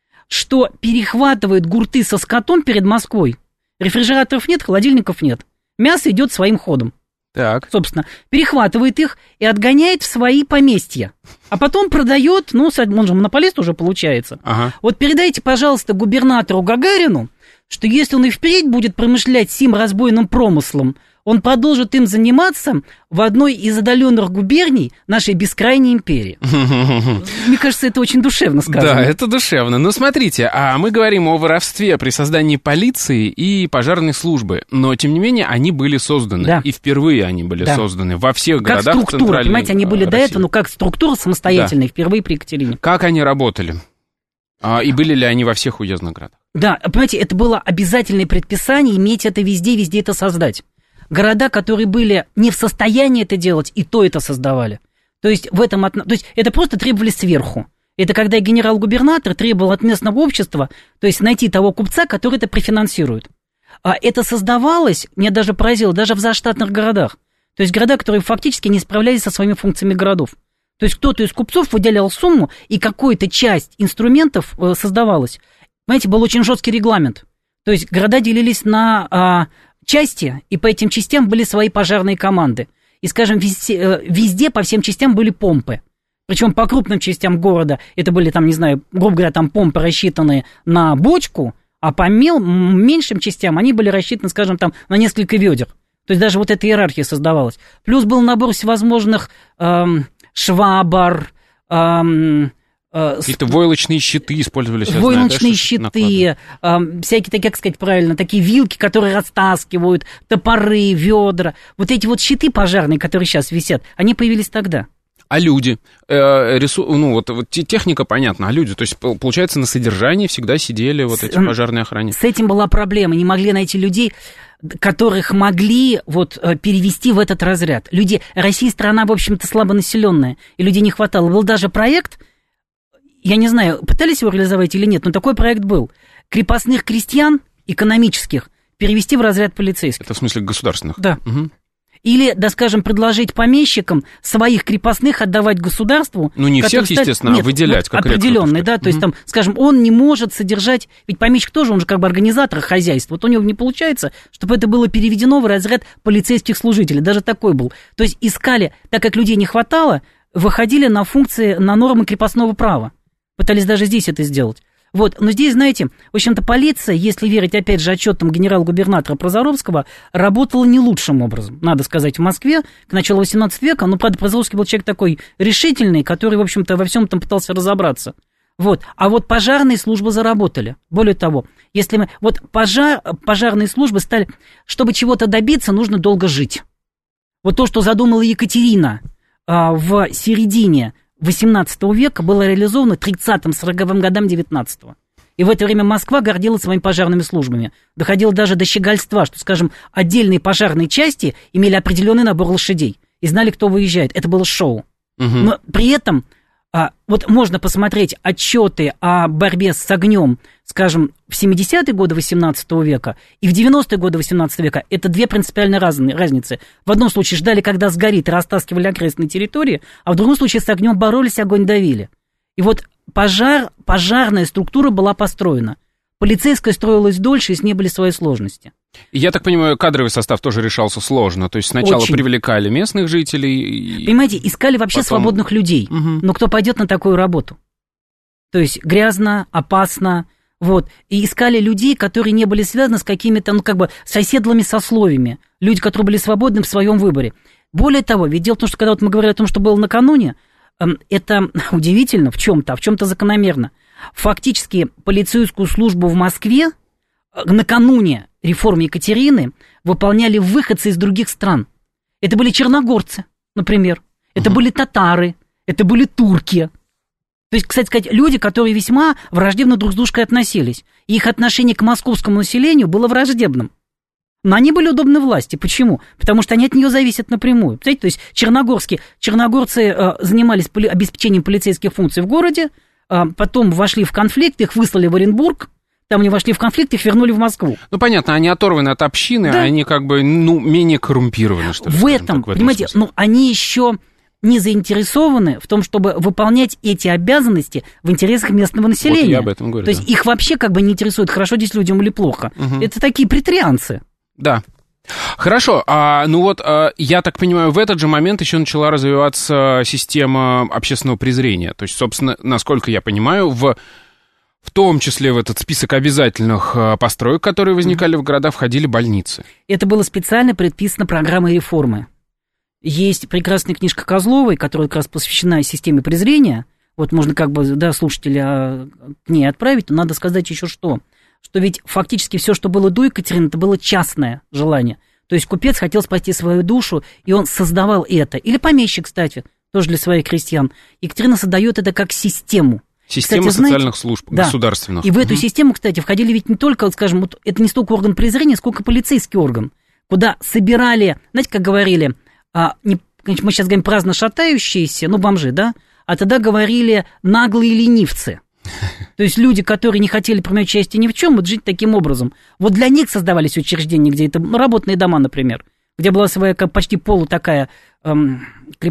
что перехватывает гурты со скотом перед Москвой. Рефрижераторов нет, холодильников нет. Мясо идет своим ходом. Так. Собственно, перехватывает их и отгоняет в свои поместья. А потом продает, ну, он же монополист уже получается. Ага. Вот передайте, пожалуйста, губернатору Гагарину, что если он и впредь будет промышлять сим разбойным промыслом, он продолжит им заниматься в одной из отдаленных губерний нашей бескрайней империи. Мне кажется, это очень душевно сказано. Да, это душевно. Но смотрите, а мы говорим о воровстве при создании полиции и пожарной службы. Но, тем не менее, они были созданы. Да. И впервые они были да. созданы во всех как городах структура, Центральной понимаете, они были России. до этого, ну, как структура самостоятельная, да. впервые при Екатерине. Как они работали? А, и были ли они во всех уездных городах? Да, понимаете, это было обязательное предписание иметь это везде, везде это создать. Города, которые были не в состоянии это делать, и то это создавали. То есть, в этом, то есть это просто требовали сверху. Это когда генерал-губернатор требовал от местного общества, то есть найти того купца, который это префинансирует. А это создавалось, меня даже поразило, даже в заштатных городах. То есть города, которые фактически не справлялись со своими функциями городов. То есть кто-то из купцов выделял сумму, и какая-то часть инструментов создавалась. Понимаете, был очень жесткий регламент. То есть города делились на... части, и по этим частям были свои пожарные команды. И, скажем, везде, везде по всем частям были помпы. Причем по крупным частям города это были, там, не знаю, грубо говоря, там помпы, рассчитанные на бочку, а по мел, меньшим частям они были рассчитаны, скажем, там, на несколько ведер. То есть даже вот эта иерархия создавалась. Плюс был набор всевозможных эм, швабр, эм, какие-то войлочные щиты использовались. Войлочные да, щиты, э, всякие, такие, как сказать правильно, такие вилки, которые растаскивают, топоры, ведра. Вот эти вот щиты пожарные, которые сейчас висят, они появились тогда. А люди? Э, рису... Ну, вот, вот техника, понятно, а люди? То есть, получается, на содержании всегда сидели вот эти пожарные охранники? С этим была проблема, не могли найти людей, которых могли вот перевести в этот разряд. Люди, Россия страна, в общем-то, слабонаселенная, и людей не хватало. Был даже проект... Я не знаю, пытались его реализовать или нет, но такой проект был. Крепостных крестьян, экономических, перевести в разряд полицейских. Это в смысле государственных? Да. Угу. Или, да, скажем, предложить помещикам своих крепостных отдавать государству. Ну, не всех, стали... естественно, нет, а выделять. Вот, как определенный, да, то угу. есть там, скажем, он не может содержать, ведь помещик тоже, он же как бы организатор хозяйства, вот у него не получается, чтобы это было переведено в разряд полицейских служителей, даже такой был. То есть искали, так как людей не хватало, выходили на функции, на нормы крепостного права. Пытались даже здесь это сделать. Вот, но здесь, знаете, в общем-то, полиция, если верить, опять же, отчетам генерал-губернатора Прозоровского, работала не лучшим образом, надо сказать, в Москве к началу восемнадцатого века. Ну, правда, Прозоровский был человек такой решительный, который, в общем-то, во всем там пытался разобраться. Вот, а вот пожарные службы заработали. Более того, если мы... Вот пожар, пожарные службы стали... Чтобы чего-то добиться, нужно долго жить. Вот то, что задумала Екатерина а, в середине восемнадцатого века, было реализовано тридцатым-сороковым годам девятнадцатого. И в это время Москва гордилась своими пожарными службами. Доходило даже до щегольства, что, скажем, отдельные пожарные части имели определенный набор лошадей и знали, кто выезжает. Это было шоу. Угу. Но при этом а, вот можно посмотреть отчеты о борьбе с огнем, скажем, в семидесятые годы восемнадцатого века и в девяностые годы восемнадцатого века. Это две принципиально разные разницы. В одном случае ждали, когда сгорит, и растаскивали окрестные территории, а в другом случае с огнем боролись, огонь давили. И вот пожар, пожарная структура была построена. Полицейская строилась дольше, и с ней были свои сложности. Я так понимаю, кадровый состав тоже решался сложно. То есть сначала Очень. привлекали местных жителей. И... Понимаете, искали вообще потом... свободных людей. Угу. Но кто пойдет на такую работу? То есть грязно, опасно. Вот. И искали людей, которые не были связаны с какими-то, ну, как бы, соседлыми сословиями. Люди, которые были свободны в своем выборе. Более того, ведь дело в том, что когда вот мы говорили о том, что было накануне, это удивительно в чем-то, а в чем-то закономерно. Фактически полицейскую службу в Москве накануне реформы Екатерины выполняли выходцы из других стран. Это были черногорцы, например. Это угу. были татары, это были турки. То есть, кстати сказать, люди, которые весьма враждебно друг с дружкой относились. И их отношение к московскому населению было враждебным. Но они были удобны власти. Почему? Потому что они от нее зависят напрямую. Понимаете? То есть черногорские, черногорцы э, занимались поли, обеспечением полицейских функций в городе, э, потом вошли в конфликт, их выслали в Оренбург, там они вошли в конфликт, их вернули в Москву. Ну, понятно, они оторваны от общины, да. Они как бы, ну, менее коррумпированы, что ли. В этом, так, в этом понимаете, смысле. Ну, они еще не заинтересованы в том, чтобы выполнять эти обязанности в интересах местного населения. Вот я об этом говорю. То да. есть их вообще как бы не интересует, хорошо здесь людям или плохо. Угу. Это такие претарианцы. Да. Хорошо, а, ну вот, а, я так понимаю, в этот же момент еще начала развиваться система общественного презрения. То есть, собственно, насколько я понимаю, в, в том числе в этот список обязательных построек, которые возникали mm-hmm. в городах, входили больницы. Это было специально предписано программой реформы. Есть прекрасная книжка Козловой, которая как раз посвящена системе презрения. Вот можно как бы, да, слушателя к ней отправить, но надо сказать еще что. Что ведь фактически все, что было до Екатерины, это было частное желание. То есть купец хотел спасти свою душу, и он создавал это. Или помещик, кстати, тоже для своих крестьян. Екатерина создает это как систему. Система кстати, социальных знаете, служб да. государственных. И в эту угу. систему, кстати, входили ведь не только, скажем, вот это не столько орган презрения, сколько полицейский орган, куда собирали, знаете, как говорили, а, не, мы сейчас говорим праздно шатающиеся, ну, бомжи, да, а тогда говорили наглые ленивцы. То есть люди, которые не хотели принимать участие ни в чем, вот жить таким образом. Вот для них создавались учреждения, где это работные дома, например, где была своя как почти полу такая эм,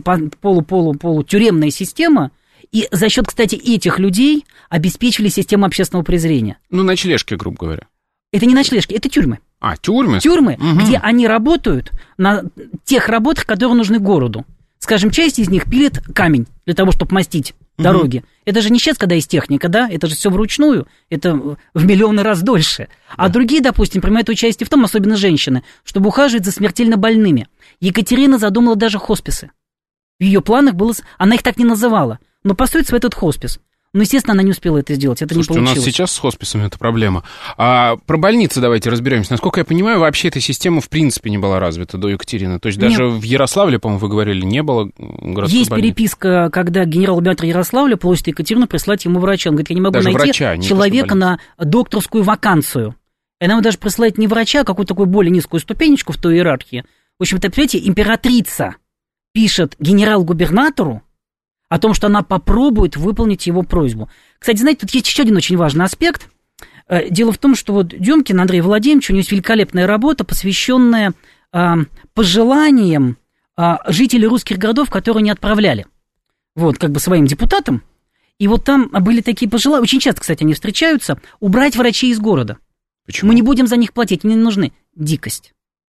полу-полу-полу-тюремная система, и за счет, кстати, этих людей обеспечили систему общественного презрения. Ну, ночлежки, грубо говоря. Это не ночлежки, это тюрьмы. А, тюрьмы? Тюрьмы, угу. где они работают на тех работах, которые нужны городу. Скажем, часть из них пилит камень для того, чтобы мастить дороги. Угу. Это же не сейчас, когда есть техника, да? Это же все вручную, это в миллионы раз дольше. А да. другие, допустим, принимают участие в том, особенно женщины, чтобы ухаживать за смертельно больными. Екатерина задумала даже хосписы. В ее планах было... Она их так не называла, но построить свой этот хоспис. Но, естественно, она не успела это сделать, это Слушайте, не получилось. У нас сейчас с хосписами это проблема. А про больницы давайте разберемся. Насколько я понимаю, вообще эта система в принципе не была развита до Екатерины. То есть Нет. даже в Ярославле, по-моему, вы говорили, не было городской Есть больницы. Переписка, когда генерал-губернатор Ярославля просит Екатерину прислать ему врача. Он говорит, я не могу даже найти врача, не человека на докторскую вакансию. И она ему даже присылает не врача, а какую-то такую более низкую ступенечку в той иерархии. В общем-то, понимаете, императрица пишет генерал-губернатору о том, что она попробует выполнить его просьбу. Кстати, знаете, тут есть еще один очень важный аспект. Дело в том, что вот Демкин Андрей Владимирович, у него есть великолепная работа, посвященная а, пожеланиям а, жителей русских городов, которые не отправляли вот, как бы своим депутатам. И вот там были такие пожелания, очень часто, кстати, они встречаются, убрать врачей из города. Почему? Мы не будем за них платить, они не нужны. Дикость.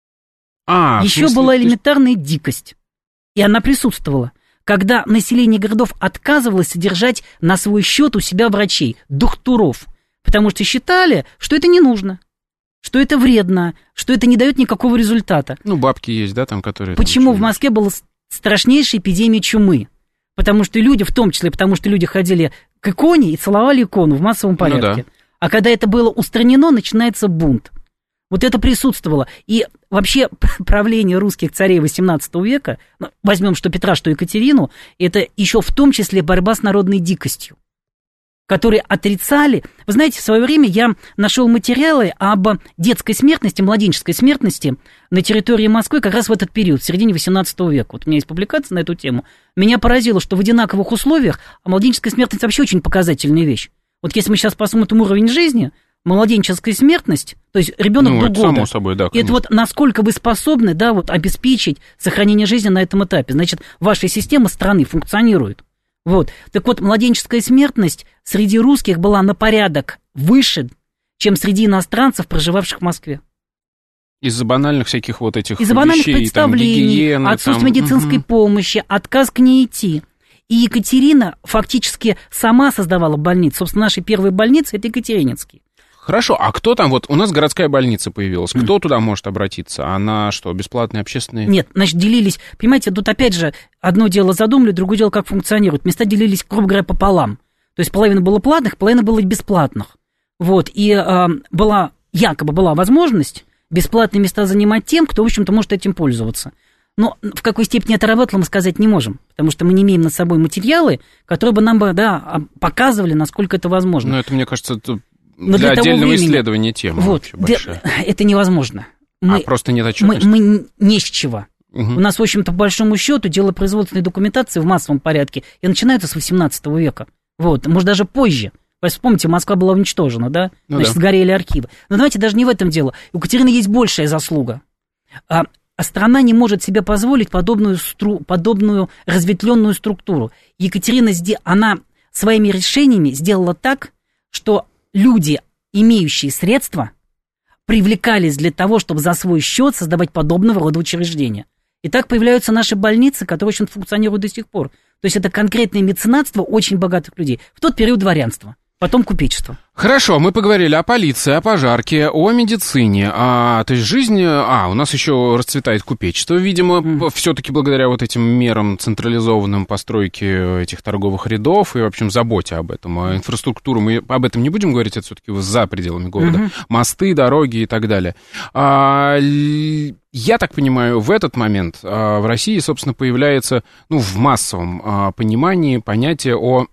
А, еще смысле, была элементарная дикость. И она присутствовала. Когда население городов отказывалось содержать на свой счет у себя врачей, докторов, потому что считали, что это не нужно, что это вредно, что это не дает никакого результата. Ну, бабки есть, да, там, которые... Почему там в Москве была страшнейшая эпидемия чумы? Потому что люди, в том числе, потому что люди ходили к иконе и целовали икону в массовом порядке. Ну, да. А когда это было устранено, начинается бунт. Вот это присутствовало. И вообще правление русских царей восемнадцатого века, ну, возьмем что Петра, что Екатерину, это еще в том числе борьба с народной дикостью, которые отрицали. Вы знаете, в свое время я нашел материалы об детской смертности, младенческой смертности на территории Москвы как раз в этот период, в середине восемнадцатого века. Вот у меня есть публикация на эту тему. Меня поразило, что в одинаковых условиях младенческая смертность вообще очень показательная вещь. Вот если мы сейчас посмотрим уровень жизни... Младенческая смертность, то есть ребенок ну, до года, само собой, да, это вот насколько вы способны, да, вот обеспечить сохранение жизни на этом этапе. Значит, ваша система страны функционирует. Вот. Так вот, младенческая смертность среди русских была на порядок выше, чем среди иностранцев, проживавших в Москве. Из-за банальных всяких вот этих Из-за банальных вещей, представлений, там, гигиены, отсутствие там, медицинской угу. помощи, отказ к ней идти. И Екатерина фактически сама создавала больницу. Собственно, нашей первой больницей это Екатерининский. Хорошо, а кто там, вот у нас городская больница появилась, кто mm. туда может обратиться? Она что, бесплатные, общественные? Нет, значит, делились, понимаете, тут опять же одно дело задумали, другое дело как функционирует. Места делились, грубо говоря, пополам. То есть половина было платных, половина было бесплатных. Вот, и э, была, якобы была возможность бесплатные места занимать тем, кто, в общем-то, может этим пользоваться. Но в какой степени это работало, мы сказать не можем, потому что мы не имеем над собой материалы, которые бы нам бы, да, показывали, насколько это возможно. Ну, это, мне кажется, это... Но для, для отдельного времени, исследования темы вот, для, это невозможно. Мы, а, просто нет отчетности? Мы, мы не с чего. Угу. У нас, в общем-то, по большому счету, дело производственной документации в массовом порядке и начинается с восемнадцатого века. Вот, может, даже позже. Вспомните, Москва была уничтожена, да? Ну, Значит, да. сгорели архивы. Но давайте даже не в этом дело. У Екатерины есть большая заслуга. А, а страна не может себе позволить подобную, стру, подобную разветвленную структуру. Екатерина, она своими решениями сделала так, что люди, имеющие средства, привлекались для того, чтобы за свой счет создавать подобного рода учреждения. И так появляются наши больницы, которые, в общем-то, функционируют до сих пор. То есть это конкретное меценатство очень богатых людей. В тот период дворянства, потом купечество. Хорошо, мы поговорили о полиции, о пожарке, о медицине. А, то есть жизнь... А, у нас еще расцветает купечество, видимо, mm. все-таки благодаря вот этим мерам централизованным постройки этих торговых рядов и, в общем, заботе об этом. А инфраструктуру мы об этом не будем говорить, это все-таки за пределами города. Mm-hmm. Мосты, дороги и так далее. А, я так понимаю, в этот момент а, в России, собственно, появляется, ну, в массовом а, понимании понятие о...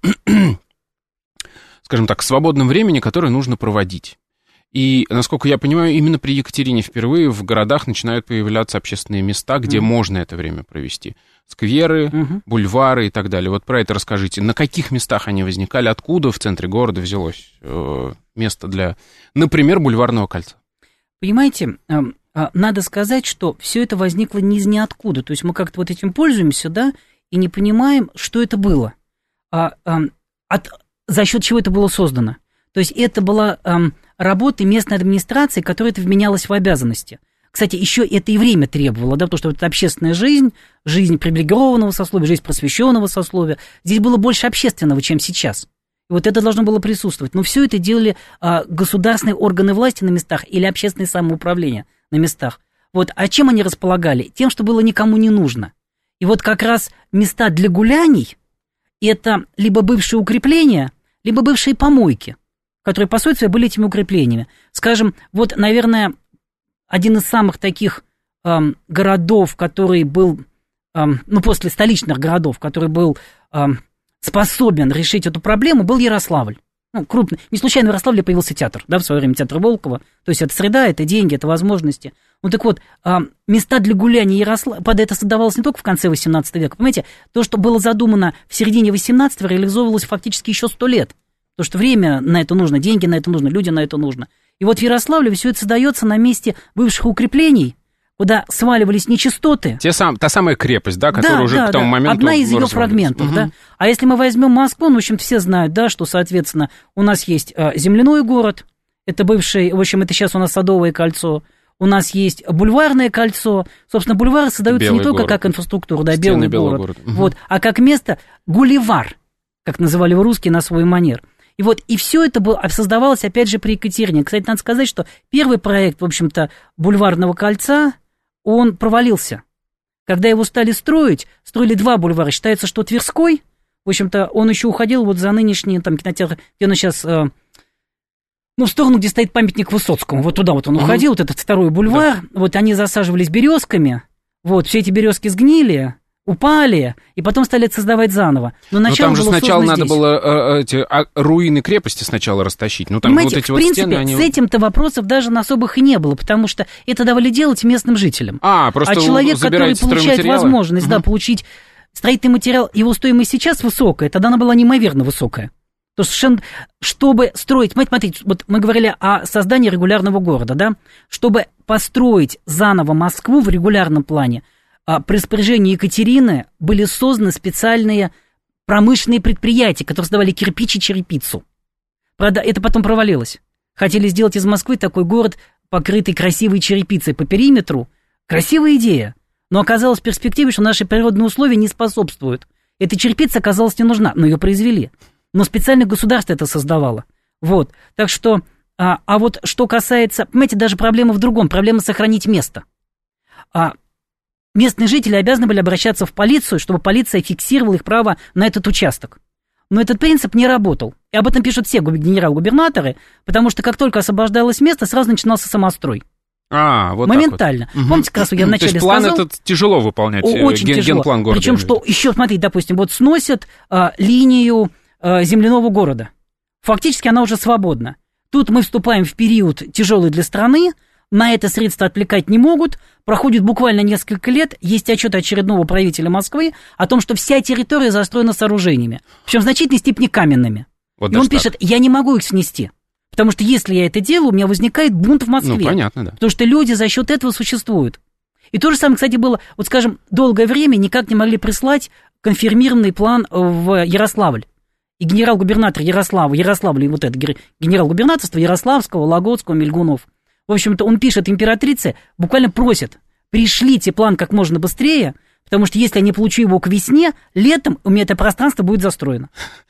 скажем так, свободном времени, которое нужно проводить. И, насколько я понимаю, именно при Екатерине впервые в городах начинают появляться общественные места, где mm-hmm. можно это время провести. Скверы, mm-hmm. бульвары и так далее. Вот про это расскажите. На каких местах они возникали? Откуда в центре города взялось э, место для, например, бульварного кольца? Понимаете, э, э, надо сказать, что все это возникло не из ниоткуда. То есть мы как-то вот этим пользуемся, да, и не понимаем, что это было. А, э, от... За счет чего это было создано? То есть это была эм, работа местной администрации, которая это вменялась в обязанности. Кстати, еще это и время требовало, да, потому что это общественная жизнь, жизнь привилегированного сословия, жизнь просвещенного сословия. Здесь было больше общественного, чем сейчас. И вот это должно было присутствовать. Но все это делали э, государственные органы власти на местах или общественное самоуправление на местах. Вот. А чем они располагали? Тем, что было никому не нужно. И вот как раз места для гуляний – это либо бывшие укрепления, либо бывшие помойки, которые, по сути, были этими укреплениями. Скажем, вот, наверное, один из самых таких эм, городов, который был, эм, ну, после столичных городов, который был эм, способен решить эту проблему, был Ярославль. Ну, крупный. Не случайно в Ярославле появился театр, да, в свое время театр Волкова. То есть это среда, это деньги, это возможности. Ну так вот, места для гуляния Ярославля, под это создавалось не только в конце восемнадцатого века. Понимаете, то, что было задумано в середине восемнадцатого, реализовывалось фактически еще сто лет. Потому что время на это нужно, деньги на это нужно, люди на это нужно. И вот в Ярославле все это создается на месте бывших укреплений, куда сваливались нечистоты. Те сам, та самая крепость, да, которая да, уже да, к тому да. моменту Одна из ее фрагментов, угу. да. А если мы возьмем Москву, ну, в общем, все знают, да, что, соответственно, у нас есть э, земляной город, это бывший, в общем, это сейчас у нас Садовое кольцо, у нас есть бульварное кольцо, собственно, бульвары создаются белый не только город. Как инфраструктура, да, Стены белый белого город, города. Угу. Вот, а как место гулливар, как называли его русские на свой манер. И вот, и все это было, создавалось, опять же, при Екатерине. Кстати, надо сказать, что первый проект, в общем-то, бульварного кольца, он провалился. Когда его стали строить, строили два бульвара. Считается, что Тверской, в общем-то, он еще уходил вот за нынешний там кинотеатр, где он сейчас, э, ну, в сторону, где стоит памятник Высоцкому. Вот туда вот он уходил, mm-hmm. вот этот второй бульвар. Да. Вот они засаживались березками, вот, все эти березки сгнили, упали, и потом стали создавать заново. Но, Но там же сначала надо здесь. было э, эти а, руины крепости сначала растащить. Ну, там Понимаете, вот эти в вот принципе, стены, они... с этим-то вопросов даже особых и не было, потому что это давали делать местным жителям. А, просто а человек, который получает возможность, угу. да, получить строительный материал, его стоимость сейчас высокая, тогда она была неимоверно высокая. То есть, чтобы строить, смотрите, вот мы говорили о создании регулярного города, да, чтобы построить заново Москву в регулярном плане, при распоряжении Екатерины были созданы специальные промышленные предприятия, которые создавали кирпич и черепицу. Правда, это потом провалилось. Хотели сделать из Москвы такой город, покрытый красивой черепицей по периметру. Красивая идея. Но оказалось в перспективе, что наши природные условия не способствуют. Эта черепица оказалась не нужна, но ее произвели. Но специально государство это создавало. Вот. Так что, а, а вот что касается, понимаете, даже проблема в другом. Проблема сохранить место. А, местные жители обязаны были обращаться в полицию, чтобы полиция фиксировала их право на этот участок. Но этот принцип не работал. И об этом пишут все генерал-губернаторы, потому что как только освобождалось место, сразу начинался самострой. А, вот моментально. Так вот. Помните, как раз я вначале сказал... То есть план этот тяжело выполнять, очень ген, тяжело. генплан города. Причем, что еще, смотрите, допустим, вот сносят а, линию а, земляного города. Фактически она уже свободна. Тут мы вступаем в период тяжелый для страны, на это средства отвлекать не могут, проходит буквально несколько лет, есть отчет очередного правителя Москвы о том, что вся территория застроена сооружениями, причем в значительной степени каменными. Вот и он пишет, так. я не могу их снести, потому что если я это делаю, у меня возникает бунт в Москве. Ну, понятно, да. Потому что люди за счет этого существуют. И то же самое, кстати, было, вот скажем, долгое время никак не могли прислать конфирмированный план в Ярославль. И генерал-губернатор Ярослава, Ярославля, и вот это генерал-губернаторство Ярославского, Лагодского, Мельгунов, в общем-то, он пишет императрице, буквально просит, пришлите план как можно быстрее, потому что если я не получу его к весне, летом у меня это пространство будет застроено.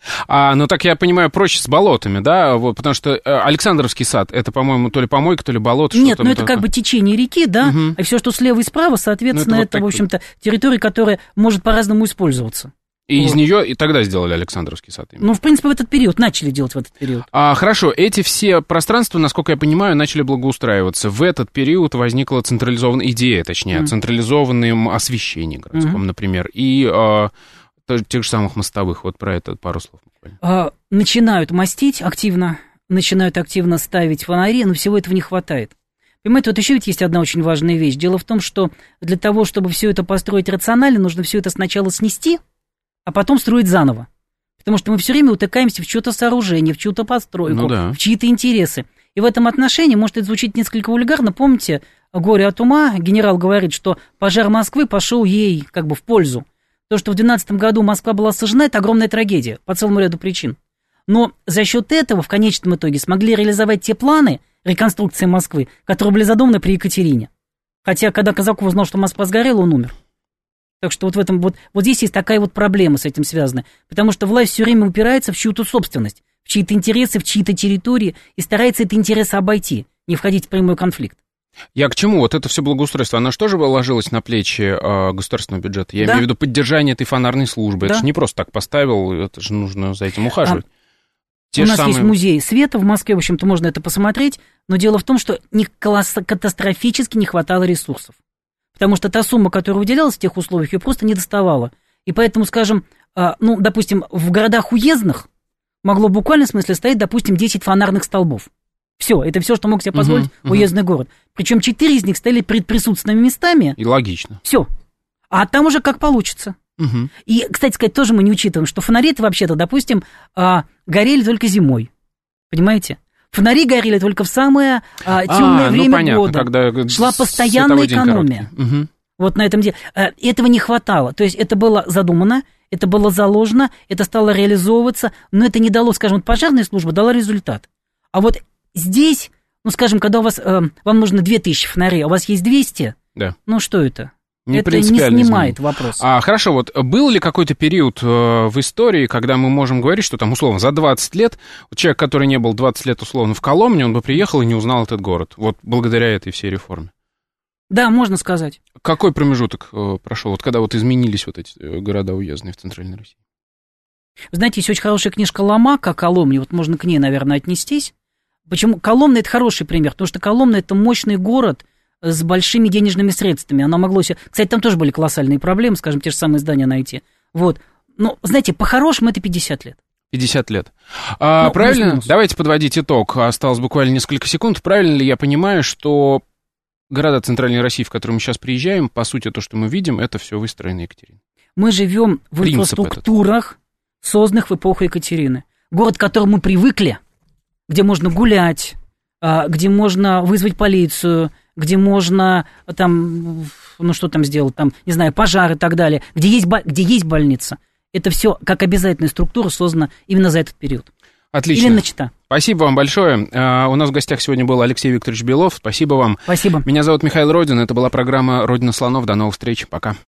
А, ну, так я понимаю, проще с болотами, да? Вот, потому что Александровский сад, это, по-моему, то ли помойка, то ли болото. Нет, ну это как бы течение реки, да, угу. А все, что слева и справа, соответственно, ну, это, это вот в общем-то, территория, которая может по-разному использоваться. И вот. Из нее и тогда сделали Александровский сад. Именно. Ну, в принципе, в этот период, начали делать в этот период. А, хорошо, эти все пространства, насколько я понимаю, начали благоустраиваться. В этот период возникла централизованная идея, точнее, mm. о централизованном освещении городском, mm-hmm. например, и а, тех же самых мостовых. Вот про это пару слов. А, начинают мастить активно, начинают активно ставить фонари, но всего этого не хватает. Понимаете, вот еще ведь есть одна очень важная вещь. Дело в том, что для того, чтобы все это построить рационально, нужно все это сначала снести, а потом строить заново. Потому что мы все время утыкаемся в чье-то сооружение, в чью-то постройку, ну, да. в чьи-то интересы. И в этом отношении, может, это звучит несколько вульгарно, помните, «Горе от ума», генерал говорит, что пожар Москвы пошел ей как бы в пользу. То, что в двенадцатом году Москва была сожжена, это огромная трагедия по целому ряду причин. Но за счет этого в конечном итоге смогли реализовать те планы реконструкции Москвы, которые были задуманы при Екатерине. Хотя, когда Казаков узнал, что Москва сгорела, он умер. Так что вот в этом вот, вот здесь есть такая вот проблема с этим связана, потому что власть все время упирается в чью-то собственность, в чьи-то интересы, в чьи-то территории и старается эти интересы обойти, не входить в прямой конфликт. Я к чему? Вот это все благоустройство, оно что же ложилось на плечи э, государственного бюджета? Я да. имею в виду поддержание этой фонарной службы. Да. Это же не просто так поставил, это же нужно за этим ухаживать. А, Те у нас самые... есть музей света в Москве, в общем-то, можно это посмотреть, но дело в том, что не катастрофически не хватало ресурсов. Потому что та сумма, которая выделялась в тех условиях, ее просто не доставала. И поэтому, скажем, ну, допустим, в городах уездных могло в буквальном смысле стоять, допустим, десять фонарных столбов. Все, это все, что мог себе позволить uh-huh, uh-huh. уездный город. Причем четыре из них стояли перед присутственными местами. И логично. Все. А там уже как получится. Uh-huh. И, кстати сказать, тоже мы не учитываем, что фонари-то вообще-то, допустим, горели только зимой. Понимаете? Фонари горели только в самое а, темное а, время ну, понятно, года. Когда шла постоянная экономия. Угу. Вот на этом деле. Этого не хватало. То есть это было задумано, это было заложено, это стало реализовываться, но это не дало, скажем, вот пожарная служба дала результат. А вот здесь, ну, скажем, когда у вас, э, вам нужно две тысячи фонарей, а у вас есть двести, да. ну, что это? Не это не снимает вопрос. А, хорошо, вот был ли какой-то период э, в истории, когда мы можем говорить, что там, условно, за двадцать лет, вот человек, который не был двадцать лет, условно, в Коломне, он бы приехал и не узнал этот город, вот благодаря этой всей реформе? Да, можно сказать. Какой промежуток э, прошел, вот когда вот изменились вот эти э, города уездные в Центральной России? Вы знаете, есть очень хорошая книжка Ломака о Коломне, вот можно к ней, наверное, отнестись. Почему? Коломна – это хороший пример, потому что Коломна – это мощный город, с большими денежными средствами. Она могла себе... Кстати, там тоже были колоссальные проблемы, скажем, те же самые здания найти. Вот. Но, знаете, по-хорошему это пятьдесят лет. пятьдесят лет. А, ну, правильно? Плюс-минус. Давайте подводить итог. Осталось буквально несколько секунд. Правильно ли я понимаю, что города Центральной России, в которые мы сейчас приезжаем, по сути, то, что мы видим, это все выстроено Екатериной? Мы живем в Принцип инфраструктурах, этот. созданных в эпоху Екатерины. Город, к которому мы привыкли, где можно гулять, где можно вызвать полицию, где можно там, ну что там сделать, там, не знаю, пожар и так далее, где есть, где есть больница. Это все как обязательная структура создана именно за этот период. Отлично. Или начата. Спасибо вам большое. Uh, у нас в гостях сегодня был Алексей Викторович Белов. Спасибо вам. Спасибо. Меня зовут Михаил Родин. Это была программа «Родина слонов». До новых встреч. Пока.